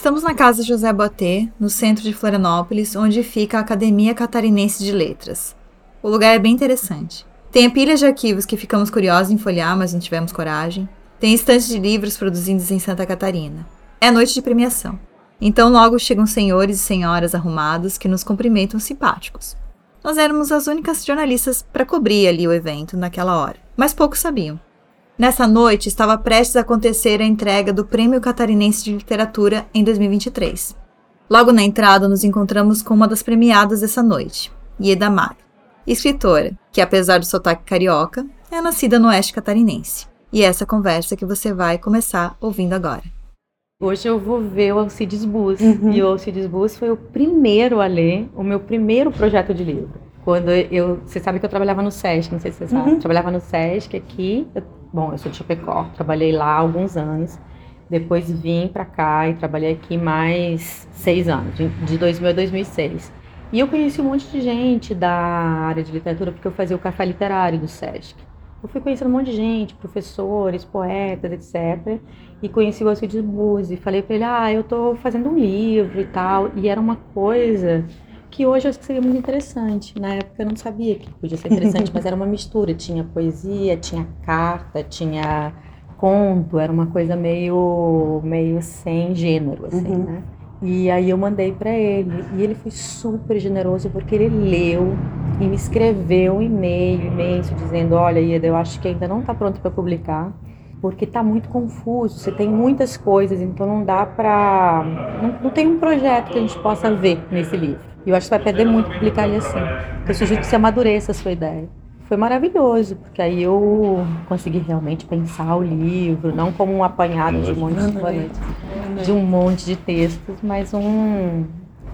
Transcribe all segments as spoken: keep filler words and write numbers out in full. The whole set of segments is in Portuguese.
Estamos na Casa José Boatê, no centro de Florianópolis, onde fica a Academia Catarinense de Letras. O lugar é bem interessante. Tem pilhas de arquivos que ficamos curiosos em folhear, mas não tivemos coragem. Tem estantes de livros produzidos em Santa Catarina. É noite de premiação. Então logo chegam senhores e senhoras arrumados que nos cumprimentam simpáticos. Nós éramos as únicas jornalistas para cobrir ali o evento naquela hora, mas poucos sabiam. Nessa noite estava prestes a acontecer a entrega do Prêmio Catarinense de Literatura em dois mil e vinte e três. Logo na entrada nos encontramos com uma das premiadas dessa noite, Ieda Mário, escritora, que apesar do sotaque carioca, é nascida no oeste catarinense. E é essa conversa que você vai começar ouvindo agora. Hoje eu vou ver o Alcides Bus, Uhum. e o Alcides Bus foi o primeiro a ler o meu primeiro projeto de livro. Quando eu, você sabe que eu trabalhava no Sesc, não sei se você sabe, Uhum. trabalhava no Sesc aqui, eu, bom, eu sou de Chapecó, trabalhei lá há alguns anos, depois vim pra cá e trabalhei aqui mais seis anos, de, de dois mil a dois mil e seis. E eu conheci um monte de gente da área de literatura, porque eu fazia o café literário do Sesc. Eu fui conhecendo um monte de gente, professores, poetas, etcétera. E conheci o Alcides Bus e falei pra ele, ah, eu tô fazendo um livro e tal. E era uma coisa que hoje eu acho que seria muito interessante. Na época eu não sabia que podia ser interessante, mas era uma mistura. Tinha poesia, tinha carta, tinha conto. Era uma coisa meio, meio sem gênero, assim, Uhum. né? E aí eu mandei pra ele. E ele foi super generoso porque ele leu e me escreveu um e-mail imenso dizendo, olha, Ieda, eu acho que ainda não está pronto para publicar, porque está muito confuso, você tem muitas coisas, então não dá para... Não, não tem um projeto que a gente possa ver nesse livro. E eu acho que vai perder muito publicar ele assim. Eu sugiro que você amadureça a sua ideia. Foi maravilhoso, porque aí eu consegui realmente pensar o livro, não como um apanhado de um monte de, boa noite, de um monte de textos, mas um...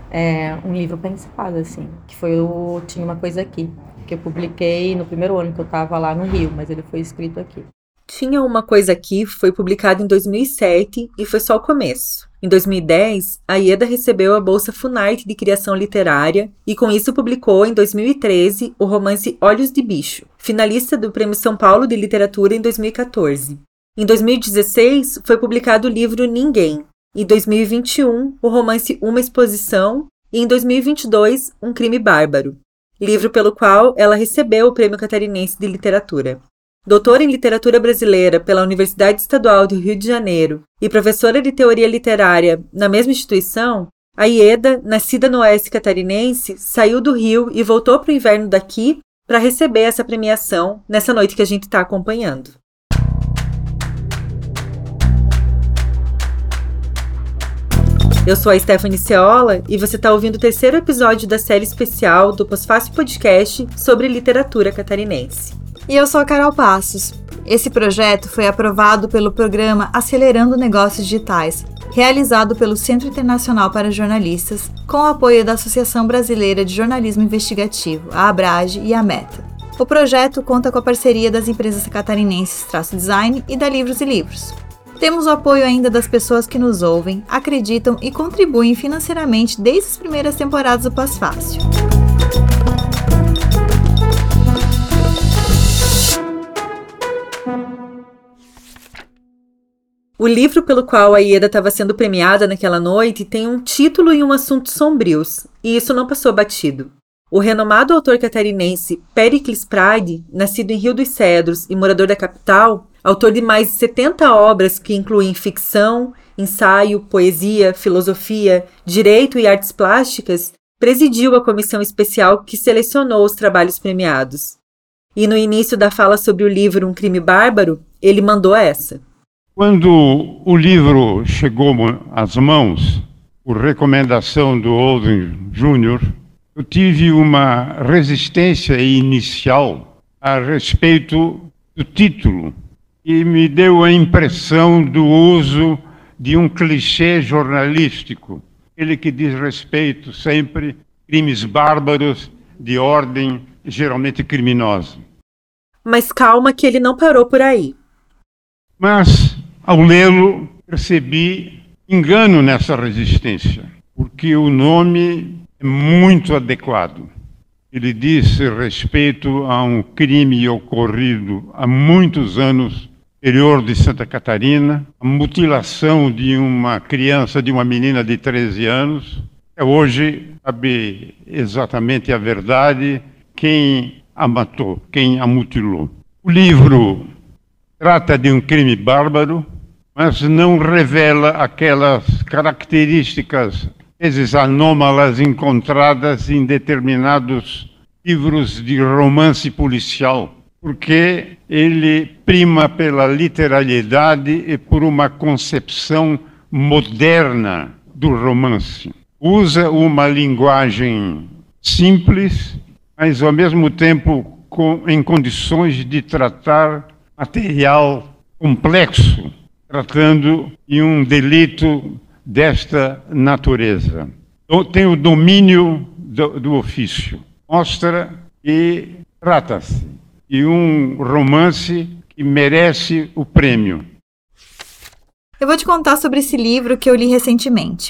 É, um livro pensado, assim, que foi o Tinha Uma Coisa Aqui, que eu publiquei no primeiro ano que eu estava lá no Rio, mas ele foi escrito aqui. Tinha Uma Coisa Aqui foi publicado em dois mil e sete e foi só o começo. Em dois mil e dez, a Ieda recebeu a Bolsa Funarte de Criação Literária e com isso publicou em dois mil e treze o romance Olhos de Bicho, finalista do Prêmio São Paulo de Literatura em dois mil e quatorze. Em dois mil e dezesseis, foi publicado o livro Ninguém. Em dois mil e vinte e um, o romance Uma Exposição, e em dois mil e vinte e dois, Um Crime Bárbaro, livro pelo qual ela recebeu o Prêmio Catarinense de Literatura. Doutora em Literatura Brasileira pela Universidade Estadual do Rio de Janeiro e professora de Teoria Literária na mesma instituição, a Ieda, nascida no oeste catarinense, saiu do Rio e voltou para o inverno daqui para receber essa premiação nessa noite que a gente está acompanhando. Eu sou a Stephanie Ceola e você está ouvindo o terceiro episódio da série especial do Pós-Fácil Podcast sobre literatura catarinense. E eu sou a Carol Passos. Esse projeto foi aprovado pelo programa Acelerando Negócios Digitais, realizado pelo Centro Internacional para Jornalistas, com o apoio da Associação Brasileira de Jornalismo Investigativo, a ABRAGE e a Meta. O projeto conta com a parceria das empresas catarinenses Traço Design e da Livros e Livros. Temos o apoio ainda das pessoas que nos ouvem, acreditam e contribuem financeiramente desde as primeiras temporadas do Pós-Fácil. O livro pelo qual a Ieda estava sendo premiada naquela noite tem um título e um assunto sombrios, e isso não passou batido. O renomado autor catarinense Péricles Prade, nascido em Rio dos Cedros e morador da capital, autor de mais de setenta obras que incluem ficção, ensaio, poesia, filosofia, direito e artes plásticas, presidiu a comissão especial que selecionou os trabalhos premiados. E no início da fala sobre o livro Um Crime Bárbaro, ele mandou essa. Quando o livro chegou às mãos, por recomendação do Holden Júnior, eu tive uma resistência inicial a respeito do título e me deu a impressão do uso de um clichê jornalístico, aquele que diz respeito sempre a crimes bárbaros de ordem geralmente criminosa. Mas calma que ele não parou por aí. Mas, ao lê-lo, percebi engano nessa resistência, porque o nome é muito adequado. Ele diz respeito a um crime ocorrido há muitos anos interior de Santa Catarina, a mutilação de uma criança, de uma menina de treze anos. Hoje sabe exatamente a verdade, quem a matou, quem a mutilou. O livro trata de um crime bárbaro, mas não revela aquelas características, às vezes anômalas, encontradas em determinados livros de romance policial, porque ele prima pela literalidade e por uma concepção moderna do romance. Usa uma linguagem simples, mas ao mesmo tempo com, em condições de tratar material complexo, tratando de um delito desta natureza. Então, tem o domínio do, do ofício. Mostra e trata-se de um romance que merece o prêmio. Eu vou te contar sobre esse livro que eu li recentemente.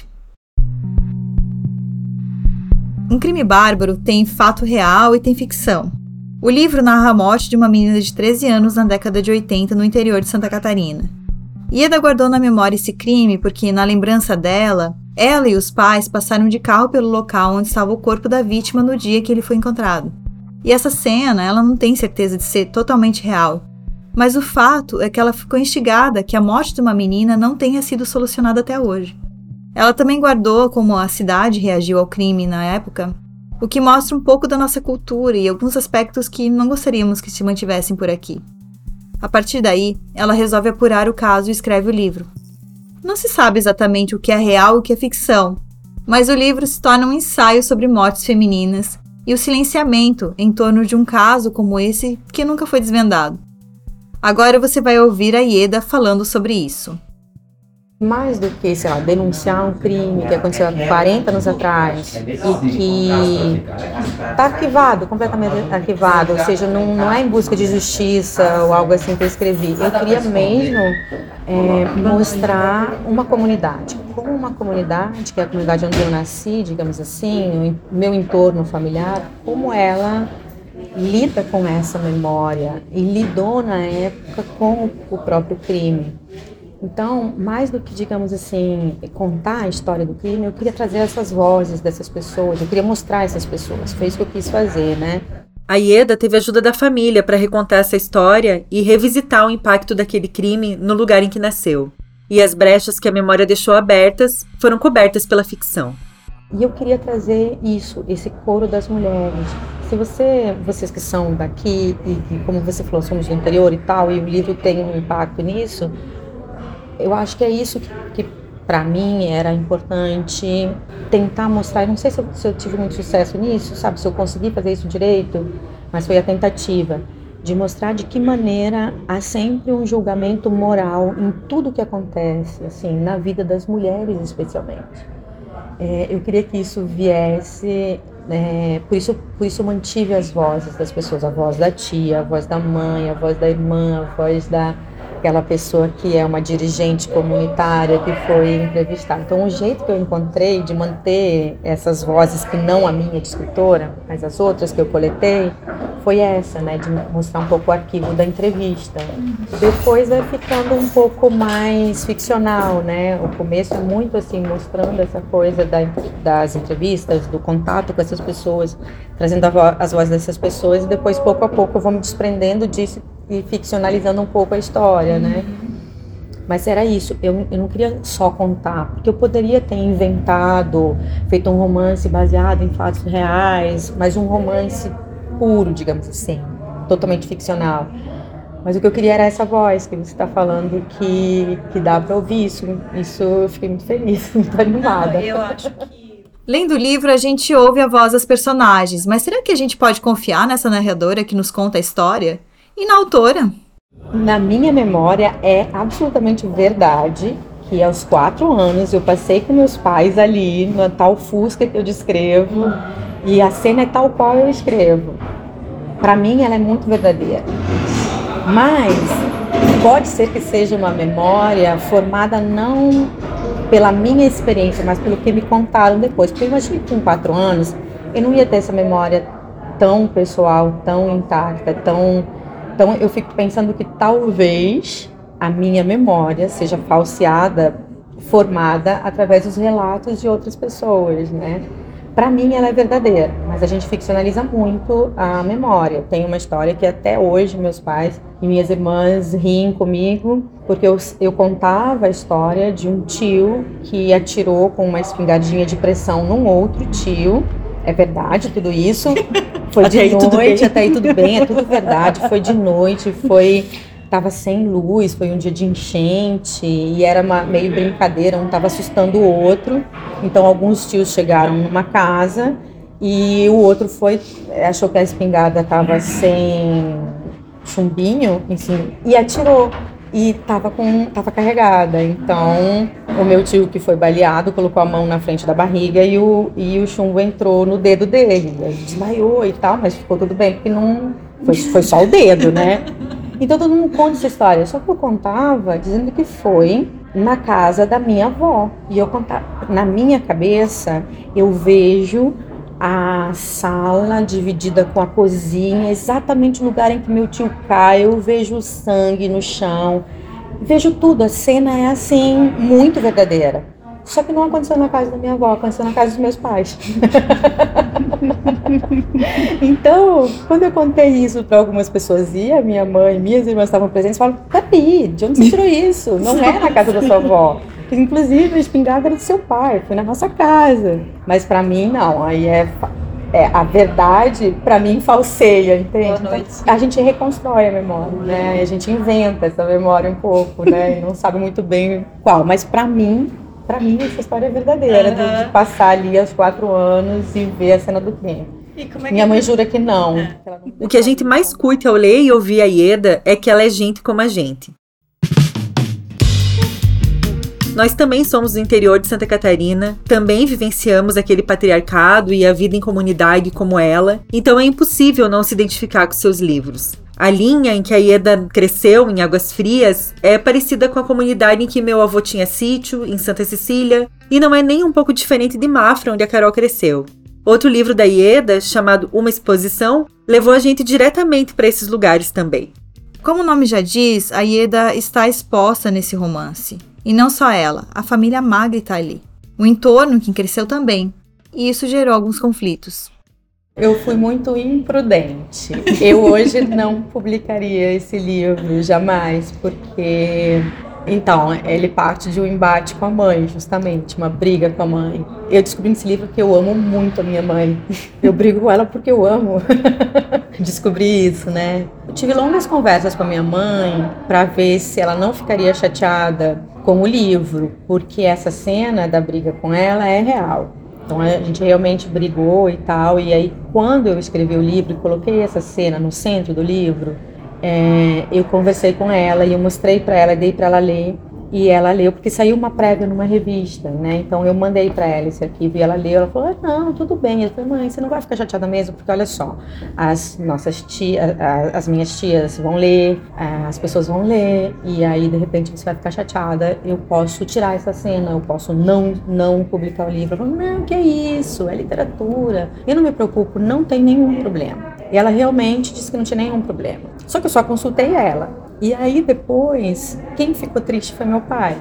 Um Crime Bárbaro tem fato real e tem ficção. O livro narra a morte de uma menina de treze anos na década de oitenta no interior de Santa Catarina. Ieda guardou na memória esse crime porque, na lembrança dela, ela e os pais passaram de carro pelo local onde estava o corpo da vítima no dia que ele foi encontrado. E essa cena, ela não tem certeza de ser totalmente real, mas o fato é que ela ficou instigada que a morte de uma menina não tenha sido solucionada até hoje. Ela também guardou como a cidade reagiu ao crime na época, o que mostra um pouco da nossa cultura e alguns aspectos que não gostaríamos que se mantivessem por aqui. A partir daí, ela resolve apurar o caso e escreve o livro. Não se sabe exatamente o que é real e o que é ficção, mas o livro se torna um ensaio sobre mortes femininas e o silenciamento em torno de um caso como esse que nunca foi desvendado. Agora você vai ouvir a Ieda falando sobre isso. Mais do que, sei lá, denunciar um crime que aconteceu há quarenta anos atrás e que está arquivado, completamente arquivado, ou seja, não, não é em busca de justiça ou algo assim que eu escrevi. Eu queria mesmo é, mostrar uma comunidade, como uma comunidade, que é a comunidade onde eu nasci, digamos assim, o meu entorno familiar, como ela lida com essa memória e lidou na época com o próprio crime. Então, mais do que, digamos assim, contar a história do crime, eu queria trazer essas vozes dessas pessoas, eu queria mostrar essas pessoas, foi isso que eu quis fazer, né? A Ieda teve ajuda da família para recontar essa história e revisitar o impacto daquele crime no lugar em que nasceu. E as brechas que a memória deixou abertas foram cobertas pela ficção. E eu queria trazer isso, esse coro das mulheres. Se você, vocês que são daqui, e, e como você falou, somos do interior e tal, e o livro tem um impacto nisso, eu acho que é isso que, que para mim era importante tentar mostrar. Eu não sei se eu, se eu tive muito sucesso nisso, sabe, se eu consegui fazer isso direito, mas foi a tentativa de mostrar de que maneira há sempre um julgamento moral em tudo que acontece, assim, na vida das mulheres especialmente. É, eu queria que isso viesse, é, por isso, por isso eu mantive as vozes das pessoas, a voz da tia, a voz da mãe, a voz da irmã, a voz da aquela pessoa que é uma dirigente comunitária que foi entrevistada. Então, o jeito que eu encontrei de manter essas vozes, que não a minha de escritora, mas as outras que eu coletei, foi essa, né, de mostrar um pouco o arquivo da entrevista. Depois vai ficando um pouco mais ficcional, né? O começo é muito assim, mostrando essa coisa da, das entrevistas, do contato com essas pessoas, trazendo a vo as vozes dessas pessoas, e depois, pouco a pouco, eu vou me desprendendo disso e ficcionalizando um pouco a história, né? Mas era isso, eu, eu não queria só contar, porque eu poderia ter inventado, feito um romance baseado em fatos reais, mas um romance puro, digamos assim, totalmente ficcional. Mas o que eu queria era essa voz que você está falando, que, que dá para ouvir isso. Isso eu fiquei muito feliz, muito animada. Não, eu acho que... Lendo o livro, a gente ouve a voz das personagens, mas será que a gente pode confiar nessa narradora que nos conta a história? E na autora? Na minha memória é absolutamente verdade que aos quatro anos eu passei com meus pais ali na tal Fusca que eu descrevo e a cena é tal qual eu escrevo. Para mim ela é muito verdadeira. Mas pode ser que seja uma memória formada não pela minha experiência, mas pelo que me contaram depois. Porque eu imagino que com quatro anos eu não ia ter essa memória tão pessoal, tão intacta, tão... Então eu fico pensando que talvez a minha memória seja falseada, formada através dos relatos de outras pessoas, né? Para mim ela é verdadeira, mas a gente ficcionaliza muito a memória. Tem uma história que até hoje meus pais e minhas irmãs riem comigo, porque eu, eu contava a história de um tio que atirou com uma espingardinha de pressão num outro tio. É verdade tudo isso? Foi Até de aí tudo noite, bem. até aí tudo bem, é tudo verdade. Foi de noite, foi... Tava sem luz, foi um dia de enchente e era uma, meio brincadeira, um estava assustando o outro. Então alguns tios chegaram numa casa e o outro foi, achou que a espingarda estava sem chumbinho, enfim, e atirou. E estava com, tava carregada. Então o meu tio, que foi baleado, colocou a mão na frente da barriga e o, e o chumbo entrou no dedo dele. Ele desmaiou e tal, mas ficou tudo bem, porque não foi, foi só o dedo, né? Então todo mundo conta essa história, só que eu contava dizendo que foi na casa da minha avó. E eu contava, na minha cabeça, eu vejo a sala dividida com a cozinha, exatamente no lugar em que meu tio cai, eu vejo o sangue no chão, vejo tudo, a cena é assim, muito verdadeira. Só que não aconteceu na casa da minha avó, aconteceu na casa dos meus pais. Então, quando eu contei isso para algumas pessoas, e a minha mãe e minhas irmãs estavam presentes, falaram, peraí, de onde você tirou isso? Não é na casa da sua avó. Inclusive, a espingarda era do seu pai, foi na nossa casa. Mas para mim, não, aí é... É, a verdade, para mim, falseia, entende? Então, a gente reconstrói a memória, né? A gente inventa essa memória um pouco, né? E não sabe muito bem qual. Mas para mim, para mim, essa história é verdadeira, uhum. de, de passar ali aos quatro anos e ver a cena do crime. E como é que Minha mãe jura que não. É. Que ela não o que a gente mais curte ao ler e ouvir a Ieda é que ela é gente como a gente. Nós também somos do interior de Santa Catarina, também vivenciamos aquele patriarcado e a vida em comunidade como ela, então é impossível não se identificar com seus livros. A linha em que a Ieda cresceu, em Águas Frias, é parecida com a comunidade em que meu avô tinha sítio, em Santa Cecília, e não é nem um pouco diferente de Mafra, onde a Carol cresceu. Outro livro da Ieda, chamado Uma Exposição, levou a gente diretamente para esses lugares também. Como o nome já diz, a Ieda está exposta nesse romance. E não só ela, a família Magri está ali. O entorno em que cresceu também. E isso gerou alguns conflitos. Eu fui muito imprudente. Eu hoje não publicaria esse livro, jamais, porque... Então, ele parte de um embate com a mãe, justamente, uma briga com a mãe. Eu descobri nesse livro que eu amo muito a minha mãe. Eu brigo com ela porque eu amo. Descobri isso, né? Eu tive longas conversas com a minha mãe para ver se ela não ficaria chateada com o livro, porque essa cena da briga com ela é real. Então a gente realmente brigou e tal, e aí quando eu escrevi o livro e coloquei essa cena no centro do livro, é, eu conversei com ela e eu mostrei para ela, dei para ela ler, e ela leu, porque saiu uma prévia numa revista, né? Então eu mandei para ela esse arquivo e ela leu, ela falou, ah, não, tudo bem. Eu falei, mãe, você não vai ficar chateada mesmo, porque olha só, as nossas tias, as minhas tias vão ler, as pessoas vão ler, e aí de repente você vai ficar chateada, eu posso tirar essa cena, eu posso não, não publicar o livro. Ela falou, não, que é isso, é literatura, eu não me preocupo, não tem nenhum problema. E ela realmente disse que não tinha nenhum problema, só que eu só consultei ela. E aí depois, quem ficou triste foi meu pai.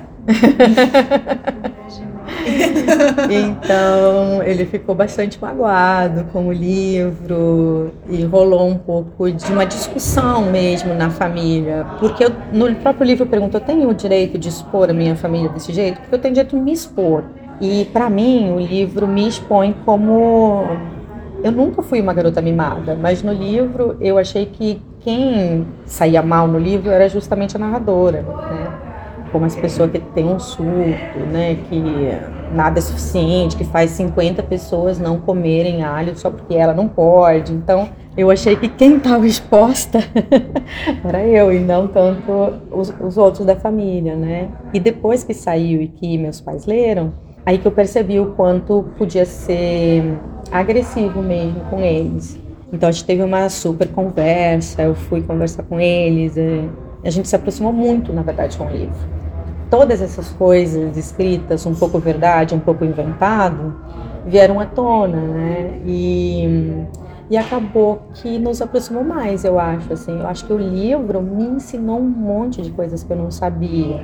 Então ele ficou bastante magoado com o livro e rolou um pouco de uma discussão mesmo na família, porque eu, no próprio livro eu pergunto, eu tenho o direito de expor a minha família desse jeito? Porque eu tenho direito de me expor. E para mim o livro me expõe como... Eu nunca fui uma garota mimada, mas no livro eu achei que quem saía mal no livro era justamente a narradora, né? Como essa pessoa que tem um surto, né? Que nada é suficiente, que faz cinquenta pessoas não comerem alho só porque ela não pode. Então eu achei que quem estava exposta era eu e não tanto os, os outros da família, né? E depois que saiu e que meus pais leram, aí que eu percebi o quanto podia ser agressivo mesmo com eles. Então a gente teve uma super conversa, eu fui conversar com eles, a gente se aproximou muito, na verdade, com o livro. Todas essas coisas escritas, um pouco verdade, um pouco inventado, vieram à tona, né? E E acabou que nos aproximou mais, eu acho, assim. Eu acho que o livro me ensinou um monte de coisas que eu não sabia.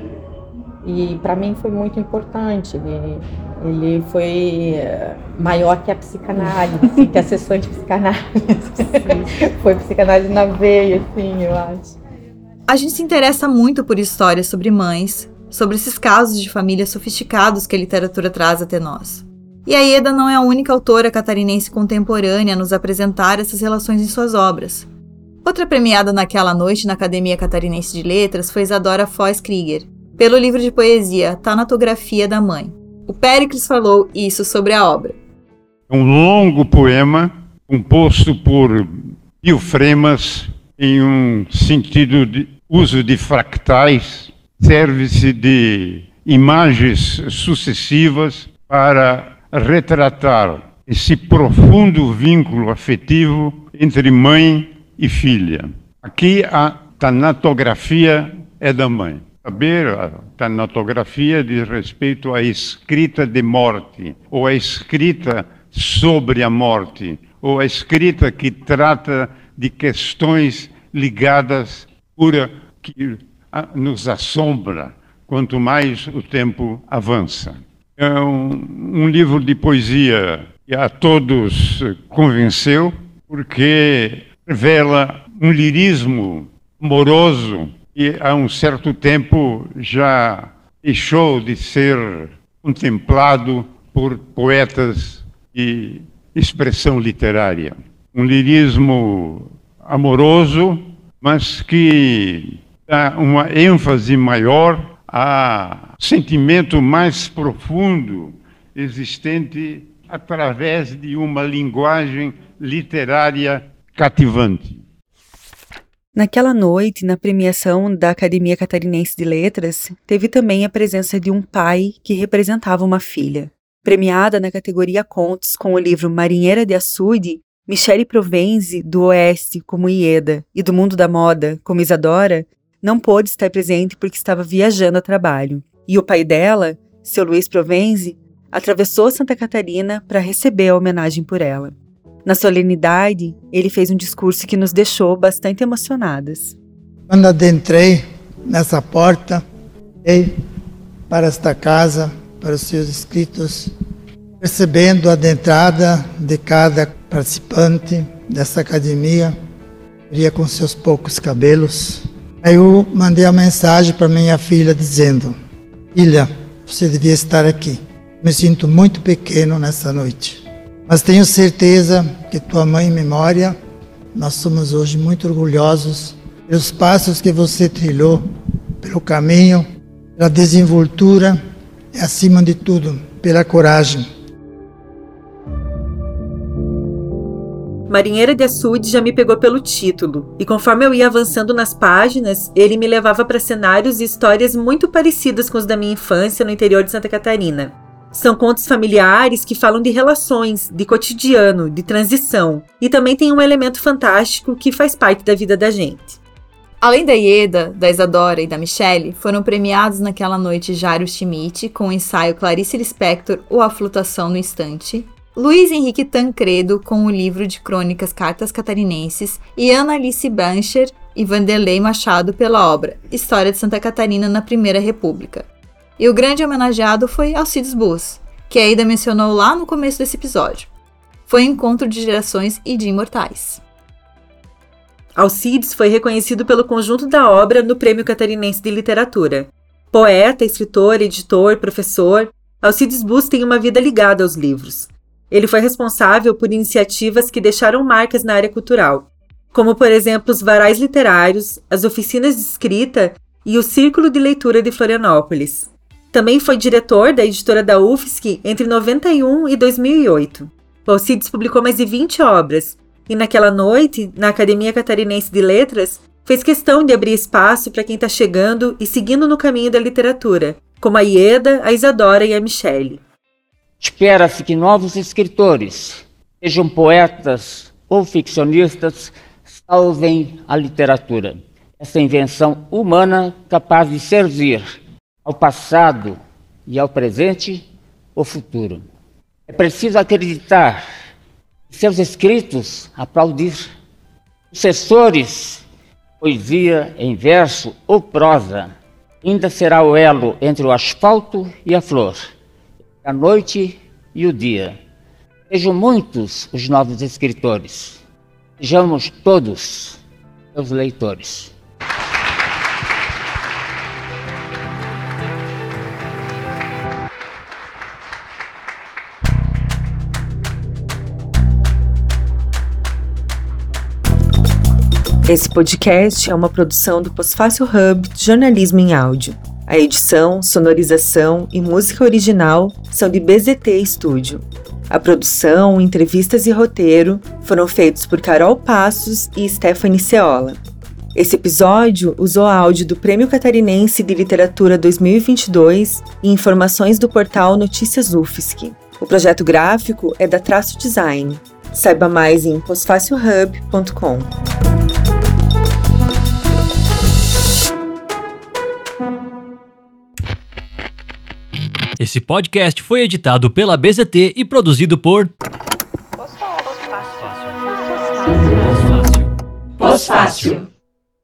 E para mim foi muito importante. Ele, ele foi maior que a psicanálise, assim, que a sessão de psicanálise. Foi psicanálise na veia, assim, eu acho. A gente se interessa muito por histórias sobre mães, sobre esses casos de famílias sofisticados que a literatura traz até nós. E a Ieda não é a única autora catarinense contemporânea a nos apresentar essas relações em suas obras. Outra premiada naquela noite na Academia Catarinense de Letras foi Isadora Foz Krieger, pelo livro de poesia Tanatografia da Mãe. O Péricles falou isso sobre a obra. É um longo poema composto por biofremas em um sentido de uso de fractais, serve-se de imagens sucessivas para retratar esse profundo vínculo afetivo entre mãe e filha. Aqui a tanatografia é da mãe. Saber a tanatografia diz respeito à escrita de morte, ou à escrita sobre a morte, ou à escrita que trata de questões ligadas por que nos assombra quanto mais o tempo avança. É um, um livro de poesia que a todos convenceu, porque revela um lirismo amoroso que há um certo tempo já deixou de ser contemplado por poetas de expressão literária. Um lirismo amoroso, mas que dá uma ênfase maior a sentimento mais profundo existente através de uma linguagem literária cativante. Naquela noite, na premiação da Academia Catarinense de Letras, teve também a presença de um pai que representava uma filha. Premiada na categoria Contos com o livro Marinheira de Açude, Michele Provenzi, do Oeste, como Ieda, e do Mundo da Moda, como Isadora, não pôde estar presente porque estava viajando a trabalho. E o pai dela, seu Luiz Provenzi, atravessou Santa Catarina para receber a homenagem por ela. Na solenidade, ele fez um discurso que nos deixou bastante emocionadas. Quando adentrei nessa porta, olhei para esta casa, para os seus escritos, percebendo a adentrada de cada participante dessa academia, iria com seus poucos cabelos. Aí eu mandei a mensagem para minha filha dizendo: filha, você devia estar aqui. Me sinto muito pequeno nessa noite, mas tenho certeza que tua mãe em memória, nós somos hoje muito orgulhosos pelos passos que você trilhou, pelo caminho, pela desenvoltura e, acima de tudo, pela coragem. Marinheira de Açude já me pegou pelo título, e conforme eu ia avançando nas páginas, ele me levava para cenários e histórias muito parecidas com os da minha infância no interior de Santa Catarina. São contos familiares que falam de relações, de cotidiano, de transição, e também tem um elemento fantástico que faz parte da vida da gente. Além da Ieda, da Isadora e da Michele, foram premiados naquela noite Jairo Schmidt com o ensaio Clarice Lispector, ou A Flutuação no Instante, Luiz Henrique Tancredo com o livro de crônicas Cartas Catarinenses e Ana Alice Brancher e Vanderlei Machado pela obra História de Santa Catarina na Primeira República. E o grande homenageado foi Alcides Bus, que a Ida mencionou lá no começo desse episódio. Foi um encontro de gerações e de imortais. Alcides foi reconhecido pelo conjunto da obra no Prêmio Catarinense de Literatura. Poeta, escritor, editor, professor, Alcides Bus tem uma vida ligada aos livros. Ele foi responsável por iniciativas que deixaram marcas na área cultural, como, por exemplo, os varais literários, as oficinas de escrita e o Círculo de Leitura de Florianópolis. Também foi diretor da editora da U F S C entre noventa e um e dois mil e oito. O Alcides publicou mais de vinte obras, e naquela noite, na Academia Catarinense de Letras, fez questão de abrir espaço para quem está chegando e seguindo no caminho da literatura, como a Ieda, a Isadora e a Michele. Espera-se que novos escritores, sejam poetas ou ficcionistas, salvem a literatura. Essa invenção humana capaz de servir ao passado e ao presente o futuro. É preciso acreditar seus escritos aplaudir. Sucessores, poesia em verso ou prosa, ainda será o elo entre o asfalto e a flor, a noite e o dia. Sejam muitos os novos escritores, sejamos todos seus leitores. Esse podcast é uma produção do Pós-Fácil Hub de Jornalismo em Áudio. A edição, sonorização e música original são de B Z T Studio. A produção, entrevistas e roteiro foram feitos por Carol Passos e Stephanie Ceola. Esse episódio usou áudio do Prêmio Catarinense de Literatura dois mil e vinte e dois e informações do portal Notícias U F S C. O projeto gráfico é da Traço Design. Saiba mais em pós fácil hub ponto com. Esse podcast foi editado pela B Z T e produzido por Pós-Fácil.